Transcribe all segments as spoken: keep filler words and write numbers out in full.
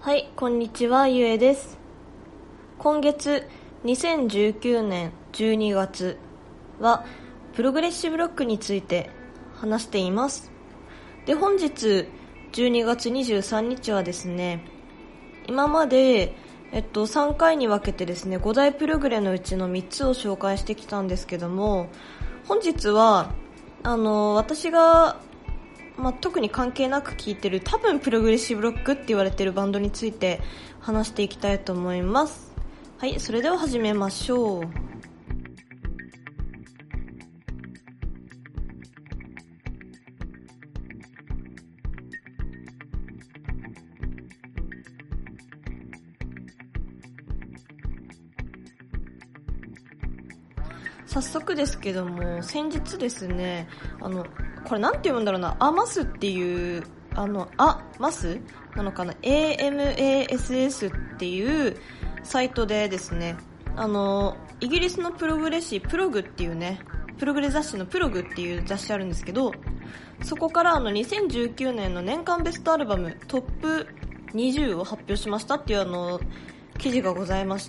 はい、こんにちは、ゆえです。今月にせんじゅうきゅうねんじゅうにがつはプログレッシブロックについて話しています。で、本日じゅうにがつにじゅうさんにちはですね、今までえっとさんかいに分けてですね、ご大プログレのうちのみっつを紹介してきたんですけども、本日はあの私がまあ、特に関係なく聴いてる多分プログレッシブロックって言われてるバンドについて話していきたいと思います。はい、それでは始めましょう。早速ですけども、先日ですね、あのこれなんて読むんだろうな、アマスっていうあのあマスなのかな、 エーエムエーエスエス っていうサイトでですね、あのイギリスのプログレ誌プログっていうね、プログレ雑誌のプログっていう雑誌あるんですけど、そこからあのにせんじゅうきゅうねんの年間ベストアルバムトップにじゅうを発表しましたっていうあの記事がございまして、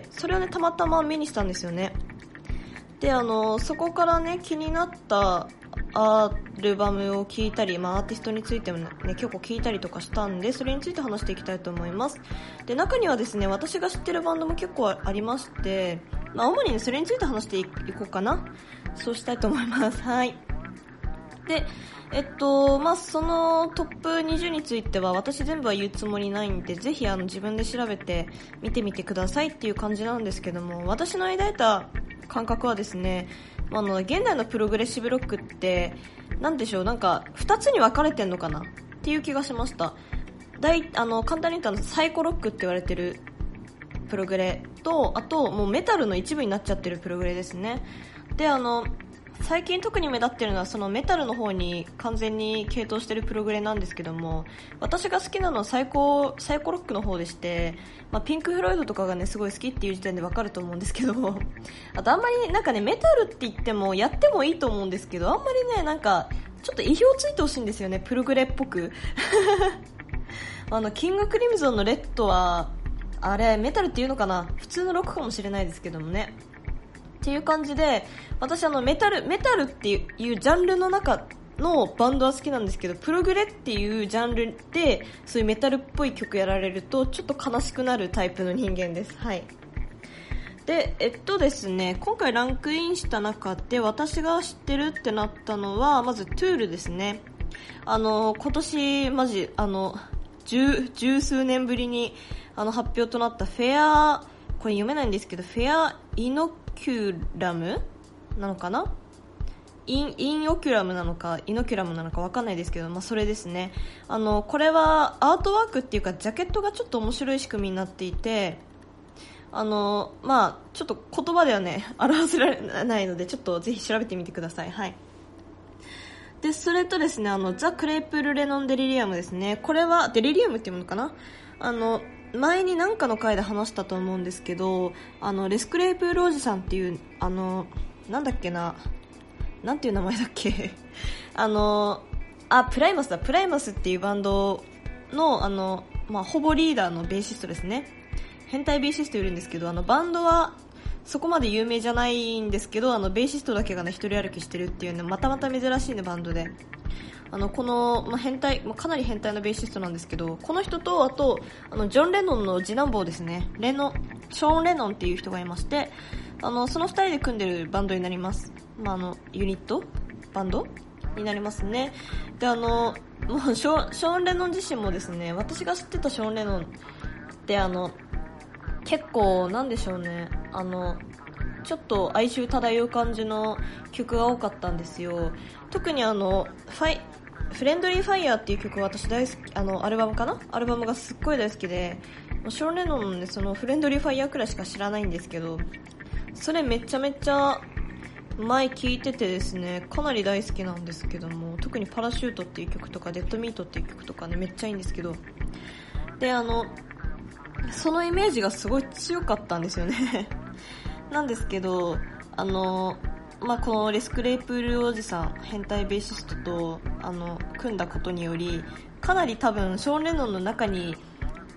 それをねたまたま目にしたんですよね。で、あのそこからね気になったアルバムを聴いたり、まあ、アーティストについても、ね、結構聴いたりとかしたんで、それについて話していきたいと思います。で、中にはですね、私が知ってるバンドも結構ありまして、まあ、主に、ね、それについて話していこうかな。そうしたいと思います。はい。で、えっとまあ、そのトップにじゅうについては私全部は言うつもりないんで、ぜひあの自分で調べて見てみてくださいっていう感じなんですけども、私の抱いた感覚はですね、あの現代のプログレッシブロックってなんでしょう、なんかふたつに分かれてんのかなっていう気がしました。大あの簡単に言うとサイコロックって言われてるプログレと、あともうメタルの一部になっちゃってるプログレですね。で、あの最近特に目立ってるのはそのメタルの方に完全に傾倒してるプログレなんですけども、私が好きなのはサイコサイコロックの方でして、まあ、ピンク・フロイドとかがねすごい好きっていう時点でわかると思うんですけど、あとあんまりなんかねメタルって言ってもやってもいいと思うんですけど、あんまりねなんかちょっと意表ついてほしいんですよね、プログレっぽくあのキング・クリムゾンのレッドはあれメタルっていうのかな、普通のロックかもしれないですけどもねっていう感じで、私あのメタルメタルっていうジャンルの中のバンドは好きなんですけど、プログレっていうジャンルでそういうメタルっぽい曲やられるとちょっと悲しくなるタイプの人間です。はい。で、えっとですね、今回ランクインした中で私が知ってるってなったのはまずトゥールですね。あの今年マジあの十十数年ぶりにあの発表となったフェア、これ読めないんですけど、フェアイノキュラムなのかな、イン、インオキュラムなのかイノキュラムなのか分かんないですけど、まあ、それですね。あのこれはアートワークっていうかジャケットがちょっと面白い仕組みになっていて、あのまあちょっと言葉ではね表せられないので、ちょっとぜひ調べてみてください。はい。で、それとですね、あのザ・クレイプル・レノン・デリリアムですね。これはデリリウムっていうのかな、あの前に何かの回で話したと思うんですけど、あのレスクレイプールおじさんっていうあのなんだっけな、なんていう名前だっけあのあプライマスだプライマスっていうバンドのあの、まあ、ほぼリーダーのベーシストですね。変態ベーシストいるんですけど、あのバンドはそこまで有名じゃないんですけど、あのベーシストだけがね一人歩きしてるっていうね、またまた珍しいねバンドで、あのこの、まあ、変態、まあ、かなり変態なベーシストなんですけど、この人とあとあのジョン・レノンの次男坊ですね、レノショーン・レノンっていう人がいまして、あのそのふたりで組んでるバンドになります。まあ、あのユニットバンドになりますね。で、あのもうショショーン・レノン自身もですね、私が知ってたショーン・レノンってあの結構なんでしょうね、あのちょっと哀愁漂う感じの曲が多かったんですよ。特にあのファイフレンドリーファイヤーっていう曲は私大好き、あのアルバムかなアルバムがすっごい大好きで、ショーン・レノンの、ね、そのフレンドリーファイヤーくらいしか知らないんですけど、それめちゃめちゃ前聴いててですね、かなり大好きなんですけども、特にパラシュートっていう曲とかデッドミートっていう曲とかねめっちゃいいんですけど、で、あのそのイメージがすごい強かったんですよねなんですけど、あの、まあ、このレスクレイプールおじさん変態ベーシストとあの組んだことにより、かなり多分ショーン・レノンの中に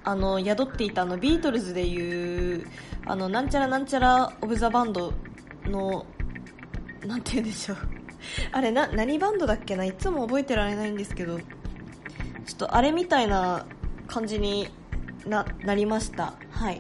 あの宿っていたあのビートルズでいうあのなんちゃらなんちゃらオブザバンドのなんて言うんでしょうあれな何バンドだっけな、いつも覚えてられないんですけど、ちょっとあれみたいな感じに な, なりました。はい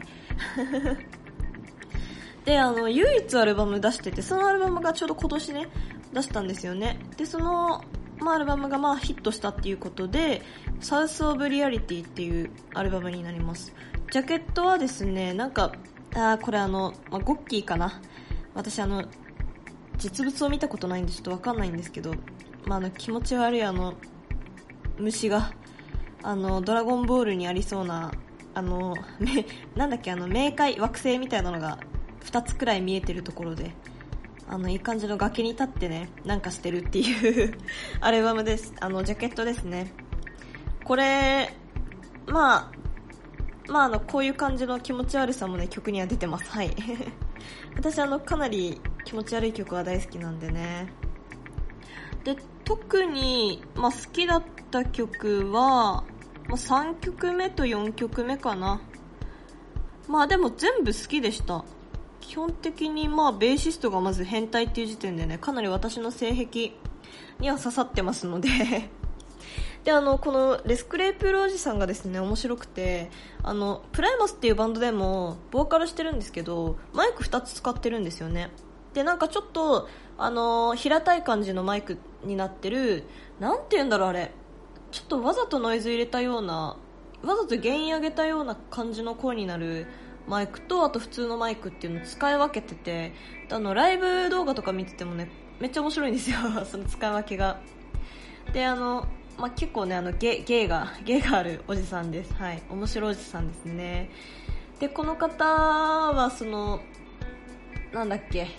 であの唯一アルバム出してて、そのアルバムがちょうど今年ね出したんですよね。でその、まあ、アルバムがまあヒットしたっていうことでサウスオブリアリティっていうアルバムになります。ジャケットはですね、なんかあこれあの、まあ、ゴッキーかな、私あの実物を見たことないんでちょっとわかんないんですけど、まあ、あの気持ち悪いあの虫があのドラゴンボールにありそうなあのなんだっけ、あの冥界惑星みたいなのがふたつくらい見えてるところで、あのいい感じの崖に立ってねなんかしてるっていうアルバムです。あのジャケットですね。これまあまああのこういう感じの気持ち悪さもね曲には出てます。はい私あのかなり気持ち悪い曲は大好きなんでね。で特に、まあ、好きだった曲は、まあ、さんきょくめとよんきょくめかな。まあでも全部好きでした。基本的にまあベーシストがまず変態っていう時点でねかなり私の性癖には刺さってますのでであのこのレスクレープルおじさんがですね面白くて、あのプライマスっていうバンドでもボーカルしてるんですけどマイクふたつ使ってるんですよね。でなんかちょっとあの平たい感じのマイクになってる、なんて言うんだろうあれ、ちょっとわざとノイズ入れたような、わざと原因上げたような感じの声になるマイクと、あと普通のマイクっていうのを使い分けてて、あのライブ動画とか見ててもねめっちゃ面白いんですよその使い分けが。であの、まあ、結構ねあのゲ芸が芸があるおじさんです。はい、面白いおじさんですね。でこの方はそのなんだっけ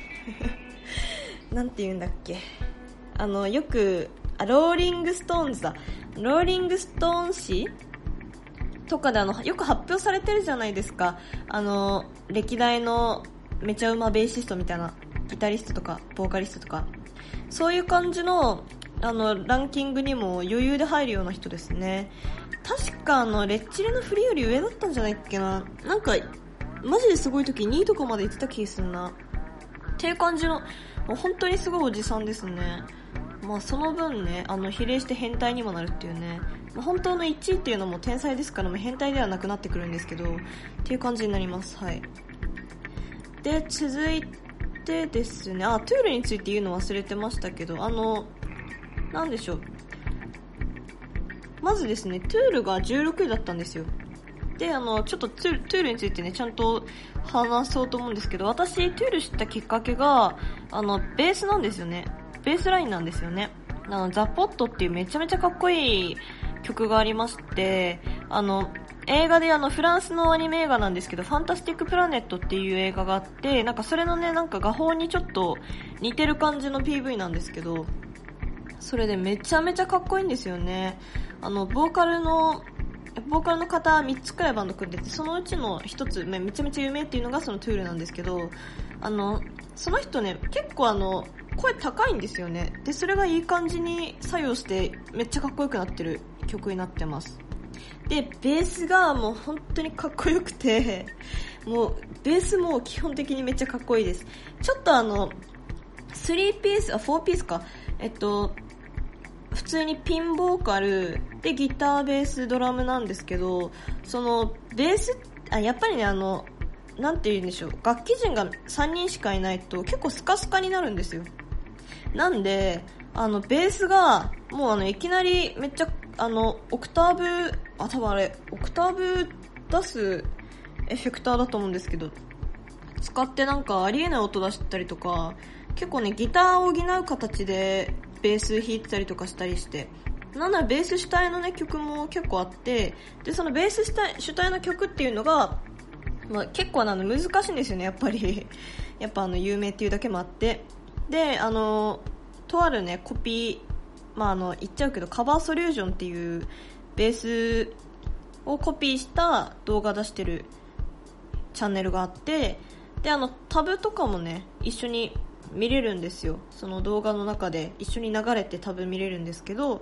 なんて言うんだっけ、あのよくあローリングストーンズだローリングストーン誌とかであのよく発表されてるじゃないですか。あの歴代のめちゃうまベーシストみたいな、ギタリストとかボーカリストとかそういう感じのあのランキングにも余裕で入るような人ですね。確かあのレッチリのフリーより上だったんじゃないっけな。なんかマジですごい時にいとかまで行ってた気がするなっていう感じの、もう本当にすごいおじさんですね。まあその分ねあの比例して変態にもなるっていうね、まあ、本当のいちいっていうのも天才ですから、もう変態ではなくなってくるんですけどっていう感じになります。はい。で続いてですね、あトゥールについて言うの忘れてましたけど、あのなんでしょう、まずですねトゥールがじゅうろくいだったんですよ。であのちょっとトゥールについてねちゃんと話そうと思うんですけど、私トゥール知ったきっかけがあのベースなんですよね。ベースラインなんですよね。あのザ・ポットっていうめちゃめちゃかっこいい曲がありまして、あの映画であのフランスのアニメ映画なんですけどファンタスティックプラネットっていう映画があって、なんかそれのねなんか画法にちょっと似てる感じの ピーブイ なんですけど、それでめちゃめちゃかっこいいんですよね。あのボーカルのボーカルの方みっつくらいバンド組んでて、そのうちのひとつめちゃめちゃ有名っていうのがそのトゥールなんですけど、あのその人ね結構あの声高いんですよね。でそれがいい感じに作用してめっちゃかっこよくなってる曲になってます。でベースがもう本当にかっこよくて、もうベースも基本的にめっちゃかっこいいです。ちょっとあのスリーピースあフォーピースかえっと普通にピンボーカルでギターベースドラムなんですけど、そのベースあやっぱりねあのなんて言うんでしょう、楽器陣がさんにんしかいないと結構スカスカになるんですよ。なんであのベースがもうあのいきなりめっちゃあのオクターブあ多分あれオクターブ出すエフェクターだと思うんですけど、使ってなんかありえない音出したりとか、結構ねギターを補う形でベース弾いてたりとかしたりして、なんならベース主体のね曲も結構あって、でそのベース主体主体の曲っていうのが、まあ、結構あの難しいんですよね。やっぱりやっぱあの有名っていうだけもあって、であのとあるねコピー、まああの言っちゃうけどカバーソリューションっていうベースをコピーした動画出してるチャンネルがあって、であのタブとかもね一緒に見れるんですよ。その動画の中で一緒に流れてタブ見れるんですけど、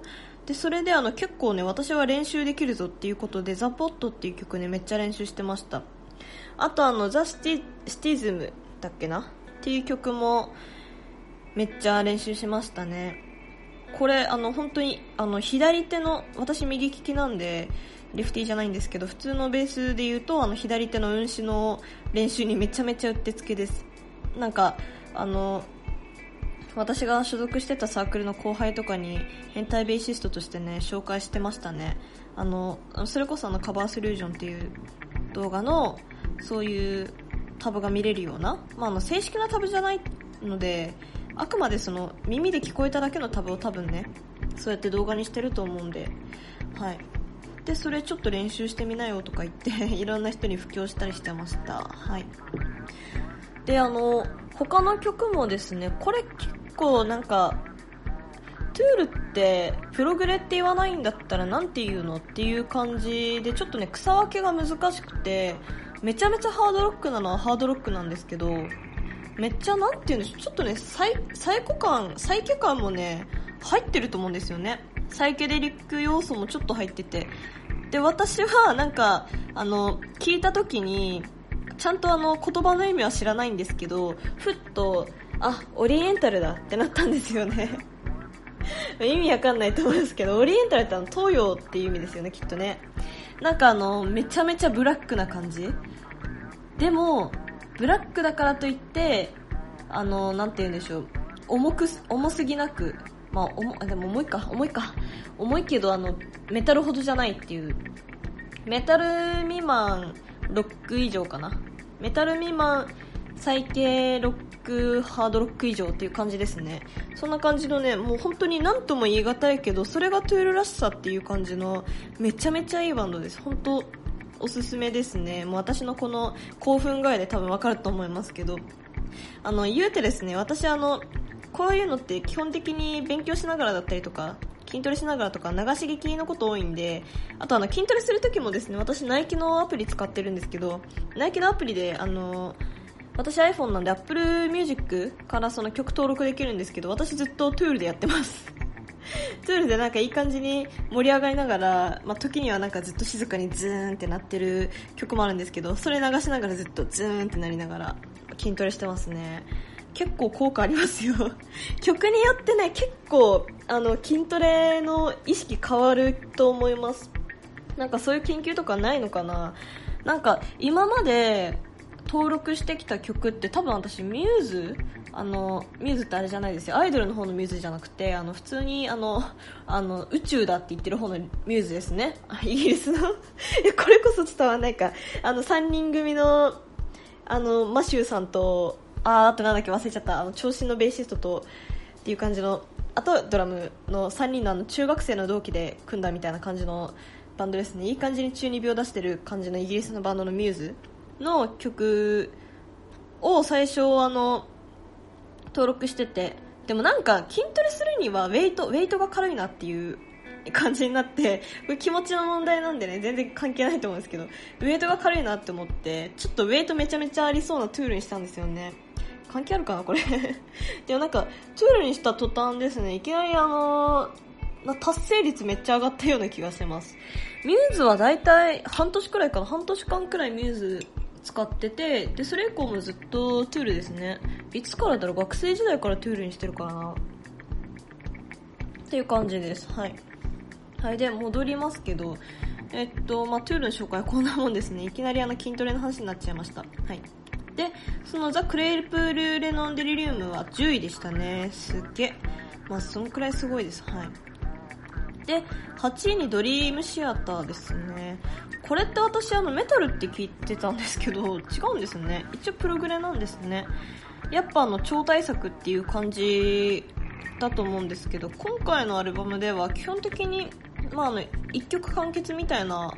でそれであの結構ね私は練習できるぞっていうことでザ・ポットっていう曲ねめっちゃ練習してました。あとあのザ・シティ、シティズムだっけなっていう曲もめっちゃ練習しましたね。これあの本当にあの左手の、私右利きなんでレフティーじゃないんですけど、普通のベースで言うとあの左手の運指の練習にめちゃめちゃうってつけです。なんかあの私が所属してたサークルの後輩とかに変態ベーシストとしてね紹介してましたね。あのそれこそあのカバーソリュージョンっていう動画のそういうタブが見れるような、まあ、あの正式なタブじゃないのであくまでその耳で聞こえただけのタブを多分ねそうやって動画にしてると思うんで、はい、でそれちょっと練習してみなよとか言っていろんな人に布教したりしてました。はい。であの他の曲もですね、これ結構なんかトゥールってプログレって言わないんだったらなんて言うのっていう感じでちょっとね草分けが難しくて、めちゃめちゃハードロックなのはハードロックなんですけど、めっちゃなんて言うんでしょう、ちょっとねサイサイコ感サイケ感もね入ってると思うんですよね。サイケデリック要素もちょっと入ってて、で私はなんかあの聞いた時にちゃんとあの言葉の意味は知らないんですけど、ふっとあオリエンタルだってなったんですよね意味わかんないと思うんですけど、オリエンタルってあの東洋っていう意味ですよねきっとね。なんかあのめちゃめちゃブラックな感じでもブラックだからといってあのなんて言うんでしょう、重く重すぎなく、まあ重でも重いか重いか重いけどあのメタルほどじゃないっていう、メタル未満ロック以上かな、メタル未満最低ロックハードロック以上っていう感じですね。そんな感じのね、もう本当に何とも言い難いけどそれがトゥールらしさっていう感じのめちゃめちゃいいバンドです。本当おすすめですね。もう私のこの興奮具合で多分わかると思いますけど、あの言うてですね、私あのこういうのって基本的に勉強しながらだったりとか筋トレしながらとか流し聞きのこと多いんで、あとあの筋トレするときもですね、私ナイキのアプリ使ってるんですけど、ナイキのアプリであの私 iPhone なんで Apple Music からその曲登録できるんですけど、私ずっと トゥールでやってますトゥールでなんかいい感じに盛り上がりながら、まあ、時にはなんかずっと静かにズーンってなってる曲もあるんですけど、それ流しながらずっとズーンってなりながら筋トレしてますね。結構効果ありますよ曲によってね結構あの筋トレの意識変わると思います。なんかそういう研究とかないのかな。なんか今まで登録してきた曲って多分私ミューズあのミューズってあれじゃないですよ、アイドルの方のミューズじゃなくてあの普通にあのあの宇宙だって言ってる方のミューズですね、イギリスのこれこそ伝わらないか、あのさんにん組のあのマシューさんとあーあとなんだっけ忘れちゃった、あの長身のベーシストとっていう感じの、あとドラムのさんにんのあの中学生の同期で組んだみたいな感じのバンドですね。いい感じに中二病出してる感じのイギリスのバンドのミューズの曲を最初あの登録してて、でもなんか筋トレするにはウェイトウェイトが軽いなっていう感じになって、これ気持ちの問題なんでね全然関係ないと思うんですけど、ウェイトが軽いなって思ってちょっとウェイトめちゃめちゃありそうなトゥールにしたんですよね。関係あるかなこれでもなんかトゥールにした途端ですね、いきなりあのー、達成率めっちゃ上がったような気がしてます。ミューズはだいたい半年くらいかな、半年間くらいミューズ使ってて、でそれ以降もずっとトゥールですね。いつからだろう、学生時代からトゥールにしてるからなっていう感じです。はい、はい、で戻りますけど、えっとまあ、トゥールの紹介はこんなもんですね。いきなりあの筋トレの話になっちゃいました。はい、でそのザ・クレイプール・レノン・デリリウムはじゅういでしたね。すっげえ、まあそのくらいすごいです。はい。ではちいにドリームシアターですね。これって私あのメタルって聞いてたんですけど違うんですね。一応プログレなんですね。やっぱあの超大作っていう感じだと思うんですけど、今回のアルバムでは基本的に、まあ、あの一曲完結みたいな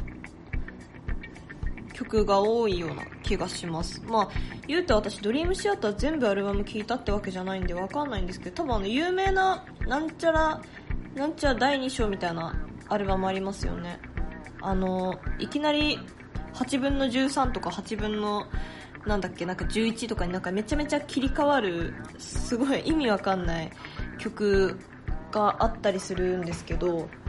曲が多いような気がします。まあ言うて私ドリームシアター全部アルバム聴いたってわけじゃないんでわかんないんですけど、多分あの有名ななんちゃらなんちゃらだいに章みたいなアルバムありますよね。あのいきなりはちぶんのじゅうさんとかはちぶんのなんだっけなんかじゅういちとかになんかめちゃめちゃ切り替わるすごい意味わかんない曲があったりするんですけど、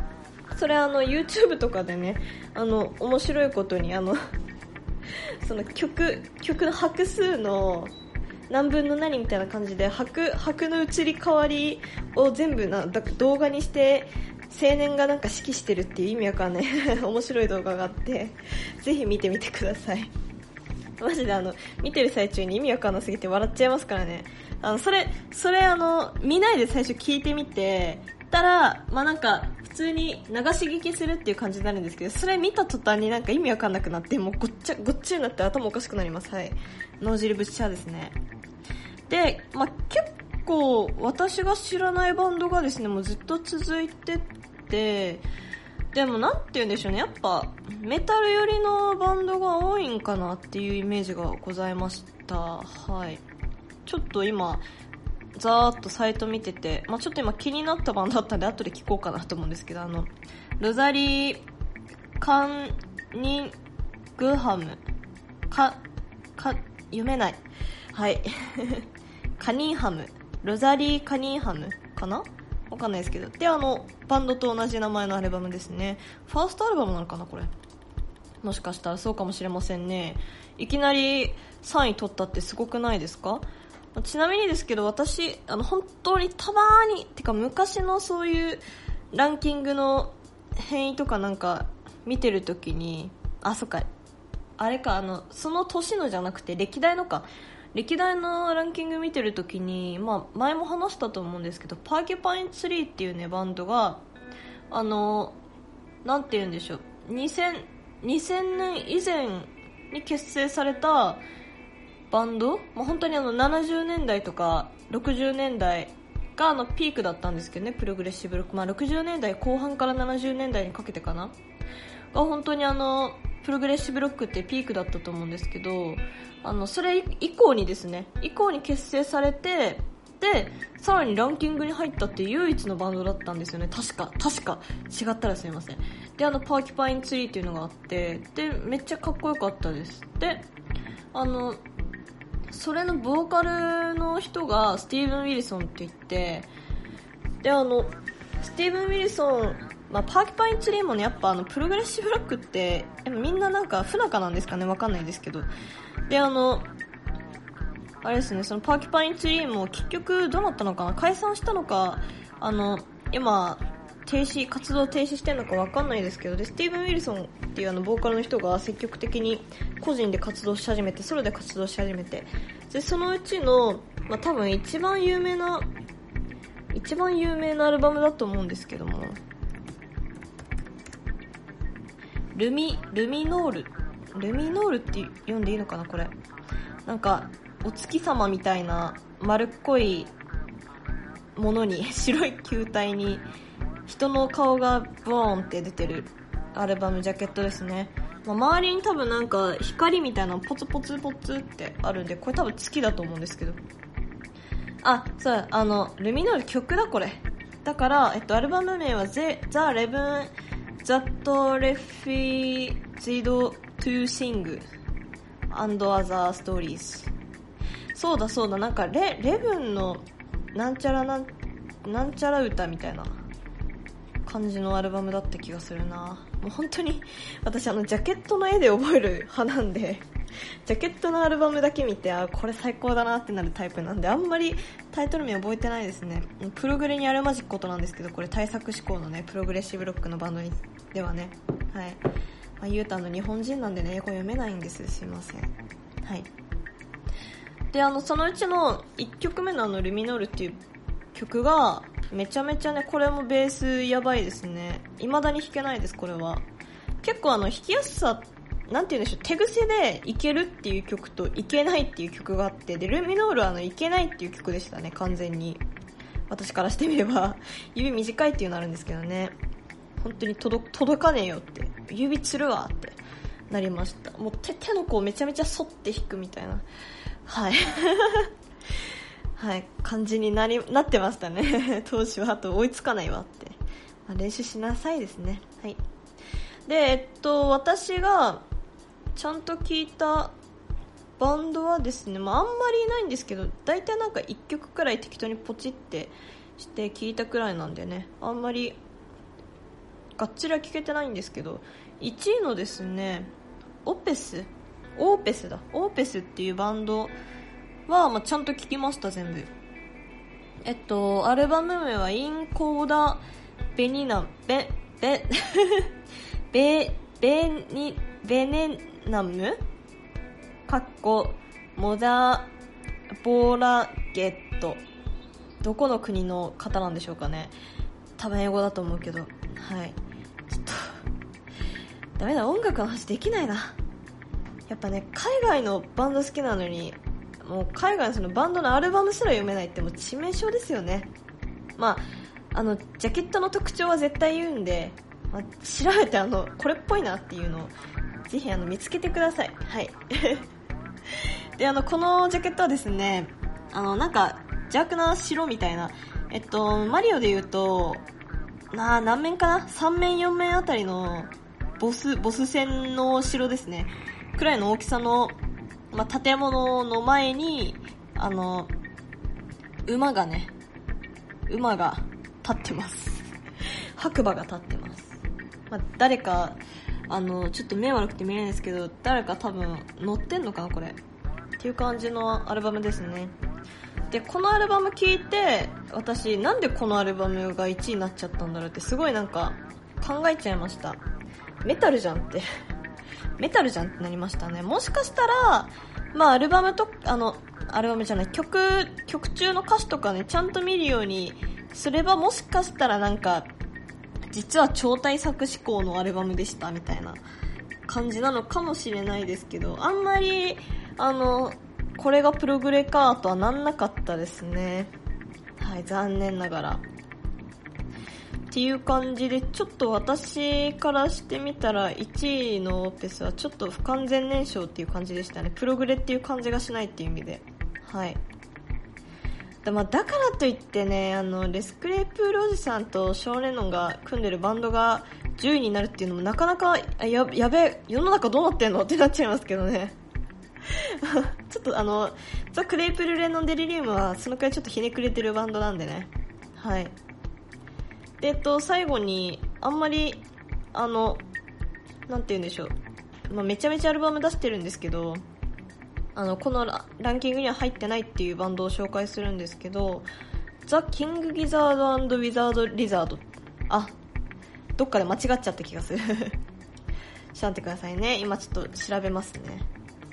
それあの YouTube とかでね、あの面白いことにあのその曲曲の拍数の何分の何みたいな感じで拍拍の移り変わりを全部な動画にして青年がなんか指揮してるっていう意味わかんない面白い動画があって、ぜひ見てみてください。マジであの見てる最中に意味わかんなすぎて笑っちゃいますからね。あのそれそれあの見ないで最初聞いてみてたら、まあなんか普通に流し聞きするっていう感じになるんですけど、それ見た途端になんか意味わかんなくなって、もうごっちゃごっちゃになって頭おかしくなります。はい、脳汁ぶっちゃですね。で、まあ、結構私が知らないバンドがですねもうずっと続いてて、でもなんて言うんでしょうね、やっぱメタル寄りのバンドが多いんかなっていうイメージがございました。はい、ちょっと今ざーっとサイト見てて、まあ、ちょっと今気になったバンドだったんで後で聞こうかなと思うんですけど、あのロザリー・カンニングハムかか読めない、はいカニンハム、ロザリー・カニンハムかな、わかんないですけど、であのバンドと同じ名前のアルバムですね。ファーストアルバムなのかなこれ、もしかしたらそうかもしれませんね。いきなりさんい取ったってすごくないですか。ちなみにですけど、私あの本当にたまーにてか昔のそういうランキングの変異とかなんか見てるときに、あ、そっかあれか、あのその年のじゃなくて歴代のか、歴代のランキング見てるときに、まあ、前も話したと思うんですけど、パーキュパインツリーっていうねバンドがあのなんて言うんでしょう、にせん、にせんねん以前に結成されたバンド、まあ、本当にあのななじゅうねんだいとかろくじゅうねんだいがあのピークだったんですけどね、プログレッシブロック、まあ、ろくじゅうねんだいこう半からななじゅうねんだいにかけてかなが本当にあのプログレッシブロックってピークだったと思うんですけど、あのそれ以降にですね以降に結成されて、でさらにランキングに入ったっていう唯一のバンドだったんですよね。確か確か違ったらすみません。であのパーキュパインツリーっていうのがあって、でめっちゃかっこよかったです。であのそれのボーカルの人がスティーブン・ウィルソンって言って、であのスティーブン・ウィルソン、まあ、パーキュパインツリーもねやっぱあのプログレッシブロックってみんななんか不仲なんですかね、わかんないですけど、であのあれですね、そのパーキュパインツリーも結局どうなったのかな、解散したのか、あの今停止活動停止してるのかわかんないですけど、でスティーブン・ウィルソンっていうあのボーカルの人が積極的に個人で活動し始めて、ソロで活動し始めて、でそのうちの、まあ、多分一番有名な一番有名なアルバムだと思うんですけども、ルミルミノールルミノールって読んでいいのかな、これなんかお月様みたいな丸っこいものに白い球体に人の顔がボーンって出てるアルバムジャケットですね。まあ、周りに多分なんか光みたいなのポツポツポツってあるんで、これ多分月だと思うんですけど、あ、そうあのルミノール曲だこれだから、えっと、アルバム名は The, The Eleven That Refused to Sing and Other Stories。 そうだそうだ、なんか レ, レブンのなんちゃらなんなんちゃら歌みたいな感じのアルバムだった気がするな。もう本当に私あのジャケットの絵で覚える派なんで、ジャケットのアルバムだけ見て、あこれ最高だなってなるタイプなんで、あんまりタイトル名覚えてないですね。プログレにあるまじきことなんですけど、これ対策志向のねプログレッシブロックのバンドにではね、はい、まあ、ゆうたんの日本人なんでね英語読めないんです、すいません。はい。であのそのうちのいっきょくめのあのルミノールっていう曲がめちゃめちゃね、これもベースやばいですね。未だに弾けないです。これは結構あの弾きやすさ、なんて言うんでしょう、手癖でいけるっていう曲といけないっていう曲があって、でルミノールはあのいけないっていう曲でしたね。完全に私からしてみれば指短いっていうのあるんですけどね、本当に届、届かねえよって、指つるわってなりました。もう 手, 手の甲をめちゃめちゃ反って弾くみたいな、はいはい、感じになりなってましたね当時は。あと追いつかないわって、まあ、練習しなさいですね。はい。でえっと私がちゃんと聴いたバンドはですね、まあ、あんまりいないんですけど、大体なんかいっきょくくらい適当にポチってして聴いたくらいなんでね、あんまりがっつりは聞けてないんですけど、いちいのですね、オペスオーペスだオーペスっていうバンドは、まあ、ちゃんと聞きました。全部。えっとアルバム名はインコーダベニナベベベベニベネナムかっこモダボーラゲット、どこの国の方なんでしょうかね。多分英語だと思うけど、はい。ちょっとダメだ、音楽の話できないな。やっぱね、海外のバンド好きなのに、もう海外のそのバンドのアルバムすら読めないってもう致命傷ですよね。まああのジャケットの特徴は絶対言うんで、まあ、調べてあのこれっぽいなっていうのをぜひあの見つけてください。はいで、あのこのジャケットはですね、あのなんか邪悪な城みたいな、えっとマリオで言うとなあ何面かな、さん面よん面あたりのボスボス戦の城ですねくらいの大きさの、まあ、建物の前にあの馬がね馬が立ってます白馬が立ってます、まあ、誰かあのちょっと目悪くて見えないんですけど、誰か多分乗ってんのかなこれっていう感じのアルバムですね。でこのアルバム聴いて、私なんでこのアルバムがいちいになっちゃったんだろうってすごいなんか考えちゃいました。メタルじゃんってメタルじゃんってなりましたね。もしかしたらまあアルバムとあのアルバムじゃない曲曲中の歌詞とかねちゃんと見るようにすれば、もしかしたらなんか実は超大作志向のアルバムでしたみたいな感じなのかもしれないですけど、あんまりあのこれがプログレかとはなんなかったですね。はい、残念ながらっていう感じで、ちょっと私からしてみたらいちいのオーペスはちょっと不完全燃焼っていう感じでしたね。プログレっていう感じがしないっていう意味で、はいだ、まあ、だからといってね、あのレス・クレイプールおじさんとショーン・レノンが組んでるバンドがじゅういになるっていうのもなかなか や, やべえ世の中どうなってんのってなっちゃいますけどねちょっとあのザ・クレイプル・レノン・デリリウムはそのくらいちょっとひねくれてるバンドなんでね。はいで、えっと、最後にあんまりあのなんて言うんでしょう、まあ、めちゃめちゃアルバム出してるんですけど、あのこの ラ, ランキングには入ってないっていうバンドを紹介するんですけど、ザ・キング・ギザード&ウィザード・リザード、あ、どっかで間違っちゃった気がするちょっと待ってくださいね、今ちょっと調べますね。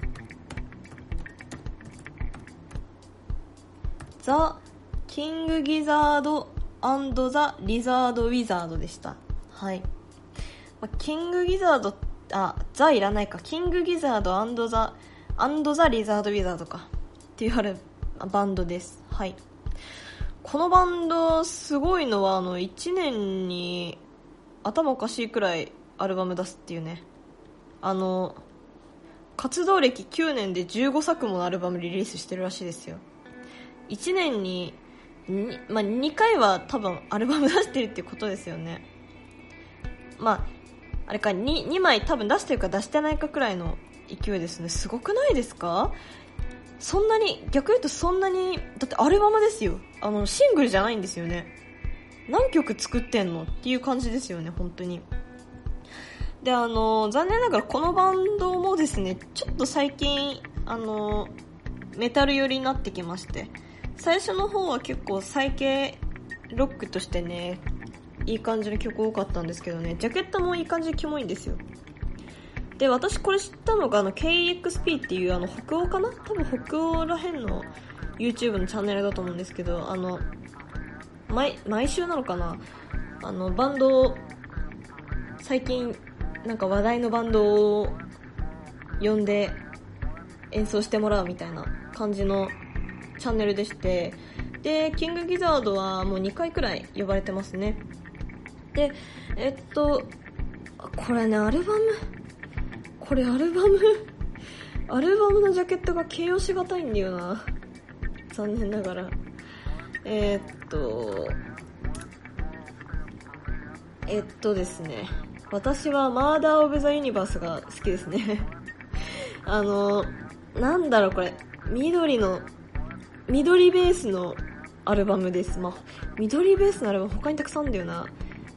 ザ・キング・ギザード&ザ・リザード・ウィザードでした。はい、まあ、キング・ギザード、あ、ザいらないか、キング・ギザード&ザアンドザ・リザード・ウィザードかっていうあるバンドです。はい、このバンドすごいのはあのいちねんに頭おかしいくらいアルバム出すっていうね。あの活動歴きゅうねんでじゅうごさくものアルバムリリースしてるらしいですよ。いちねんにに、まあ、にかいは多分アルバム出してるってことですよね。まああれか 2, にまい多分出してるか出してないかくらいの勢いですね。すごくないですか？そんなに、逆に言うとそんなに、だってアルバムですよ。あのシングルじゃないんですよね。何曲作ってんのっていう感じですよね、本当に。で、あの残念ながらこのバンドもですね、ちょっと最近あのメタル寄りになってきまして、最初の方は結構サイケロックとしてねいい感じの曲多かったんですけどね、ジャケットもいい感じでキモいんですよ。で、私これ知ったのがあの ケーイーエックスピー っていうあの北欧かな、多分北欧らへんの YouTube のチャンネルだと思うんですけど、あの 毎, 毎週なのかな、あのバンドを最近なんか話題のバンドを呼んで演奏してもらうみたいな感じのチャンネルでして、でキングギザードはもうにかいくらい呼ばれてますね。でえっとこれねアルバムこれアルバムアルバムのジャケットが形容しがたいんだよな、残念ながら。えー、っとえっとですね私はマーダーオブザユニバースが好きですねあのなんだろう、これ緑の緑ベースのアルバムです。まあ緑ベースのアルバム他にたくさんあるんだよな。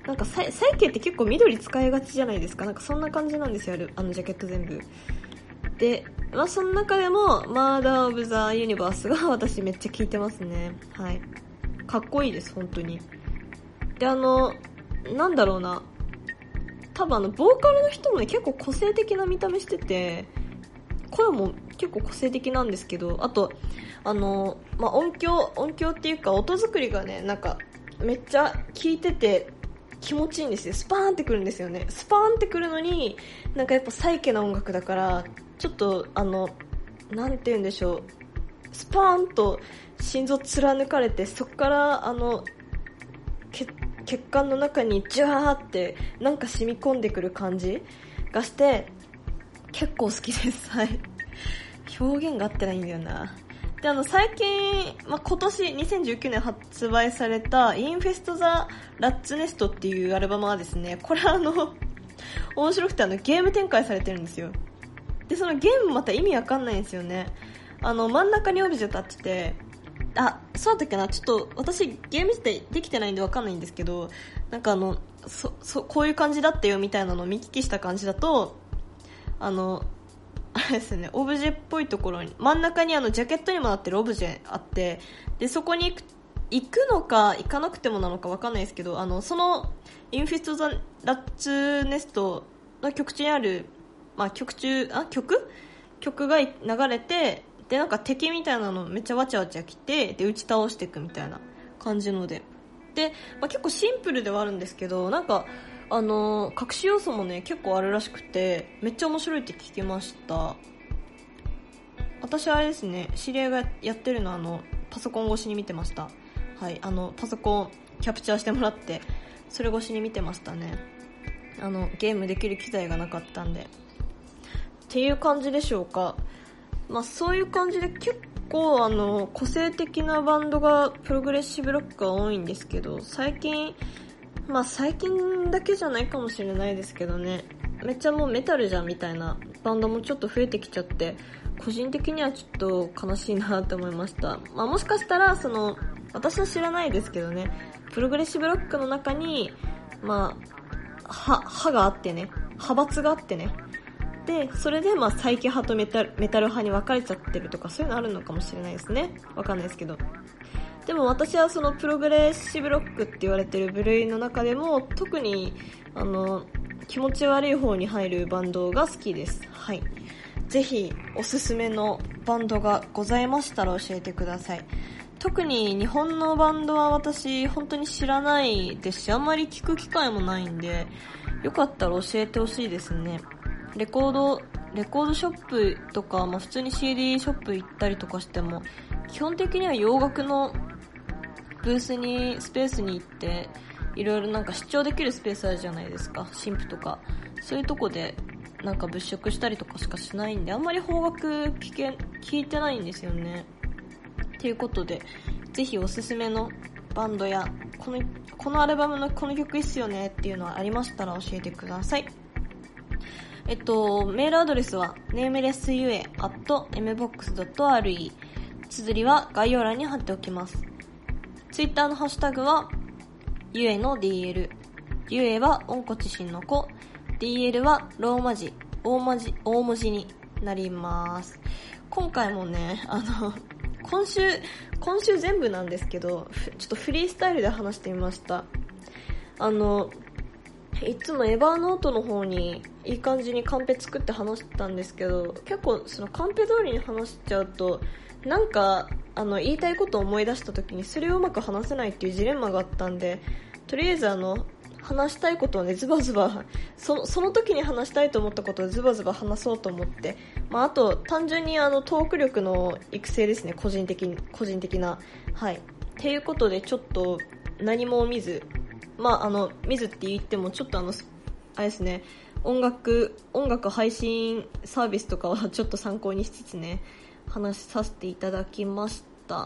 なんかサイケイって結構緑使いがちじゃないですか。なんかそんな感じなんですよ、あのジャケット全部で。まあその中でもマーダーオブザユニバースが私めっちゃ聴いてますね。はい、かっこいいです本当に。で、あのなんだろうな、多分あのボーカルの人もね結構個性的な見た目してて、声も結構個性的なんですけど、あとあの、まあ、音響音響っていうか音作りがね、なんかめっちゃ聴いてて気持ちいいんですよ。スパーンってくるんですよね。スパーンってくるのに、なんかやっぱサイケな音楽だから、ちょっとあのなんて言うんでしょう、スパーンと心臓貫かれて、そこからあの血血管の中にジュワーってなんか染み込んでくる感じがして結構好きです。はい、表現が合ってないんだよな。で、あの最近、まあ、今年にせんじゅうきゅうねん発売されたインフェストザラッツネストっていうアルバムはですね、これあの面白くて、あのゲーム展開されてるんですよ。で、そのゲームまた意味わかんないんですよね。あの真ん中にオブジェ立ってて、あ、そうだったっけな、ちょっと私ゲーム自体できてないんでわかんないんですけど、なんかあのそそこういう感じだったよみたいなのを見聞きした感じだと、あのあれですね、オブジェっぽいところに真ん中にあのジャケットにもなってるオブジェあって、でそこに行く行くのか行かなくてもなのかわかんないですけど、あのそのインフェストザラッツネストの曲中にある、まあ、曲中あ曲曲が流れて、でなんか敵みたいなのめっちゃわちゃわちゃ来て、で打ち倒していくみたいな感じので、で、まあ、結構シンプルではあるんですけど、なんかあの隠し要素もね結構あるらしくて、めっちゃ面白いって聞きました。私はあれですね、知り合いがやってるのはあのパソコン越しに見てました。はい、あのパソコンキャプチャーしてもらってそれ越しに見てましたね。あのゲームできる機材がなかったんでっていう感じでしょうか。まあそういう感じで結構あの個性的なバンドがプログレッシブロックが多いんですけど、最近まあ最近だけじゃないかもしれないですけどね、めっちゃもうメタルじゃんみたいなバンドもちょっと増えてきちゃって、個人的にはちょっと悲しいなって思いました。まあもしかしたらその私は知らないですけどね、プログレッシブロックの中にまあは派があってね、派閥があってね、でそれでまあサイケ派とメタル、メタル派に分かれちゃってるとか、そういうのあるのかもしれないですね。わかんないですけど、でも私はそのプログレッシブロックって言われてる部類の中でも特にあの気持ち悪い方に入るバンドが好きです。はい、ぜひおすすめのバンドがございましたら教えてください。特に日本のバンドは私本当に知らないですし、あんまり聞く機会もないんで、よかったら教えてほしいですね。レコードレコードショップとか、まあ、普通に シーディー ショップ行ったりとかしても基本的には洋楽のブースにスペースに行っていろいろなんか視聴できるスペースあるじゃないですか、新婦とかそういうとこでなんか物色したりとかしかしないんで、あんまり邦楽聞け聞いてないんですよね。ということでぜひおすすめのバンドやこのこのアルバムのこの曲いいっすよねっていうのはありましたら教えてください。えっとメールアドレスは ネームレスユエ アット エムボックス ドット アールイー、 綴りは概要欄に貼っておきます。ツイッターのハッシュタグはゆえの ディーエル、 ゆえは温故知新の子、 ディーエル はローマ字大文字大文字になります。今回もねあの今週今週全部なんですけど、ちょっとフリースタイルで話してみました。あのいつもエバーノートの方にいい感じにカンペ作って話してたんですけど、結構そのカンペ通りに話しちゃうとなんかあの言いたいことを思い出した時にそれをうまく話せないっていうジレンマがあったんで、とりあえずあの話したいことをねズバズバその、その時に話したいと思ったことをズバズバ話そうと思って、まあ、あと単純にあのトーク力の育成ですね、個人的個人的な、はい、っていうことでちょっと何も見ず、まああの見ずって言ってもちょっとあのあれですね、音楽音楽配信サービスとかはちょっと参考にしつつね話させていただきました。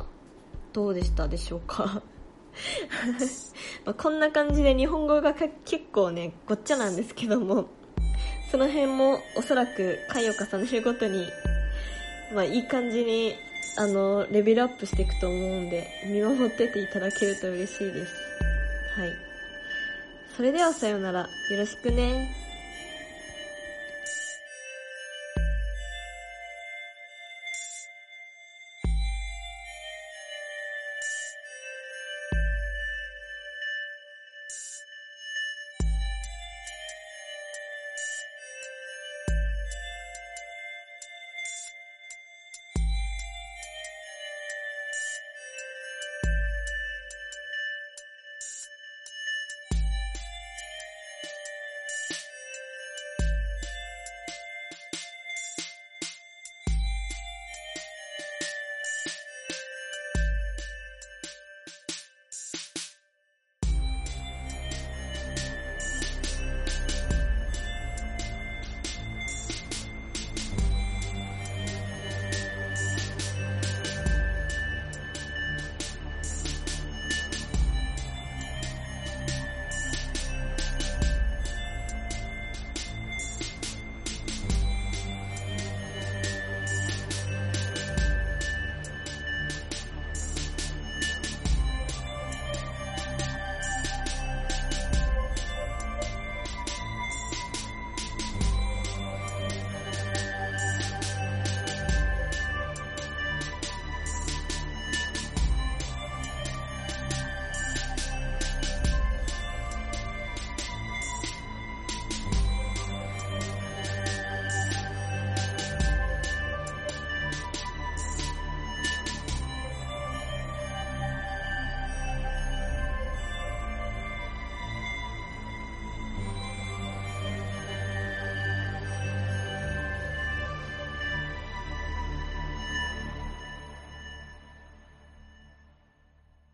どうでしたでしょうかまあこんな感じで日本語が結構ねごっちゃなんですけども、その辺もおそらく回を重ねるごとにまあいい感じにあのレベルアップしていくと思うんで見守ってていただけると嬉しいです。はい、 それではさようなら。よろしくね。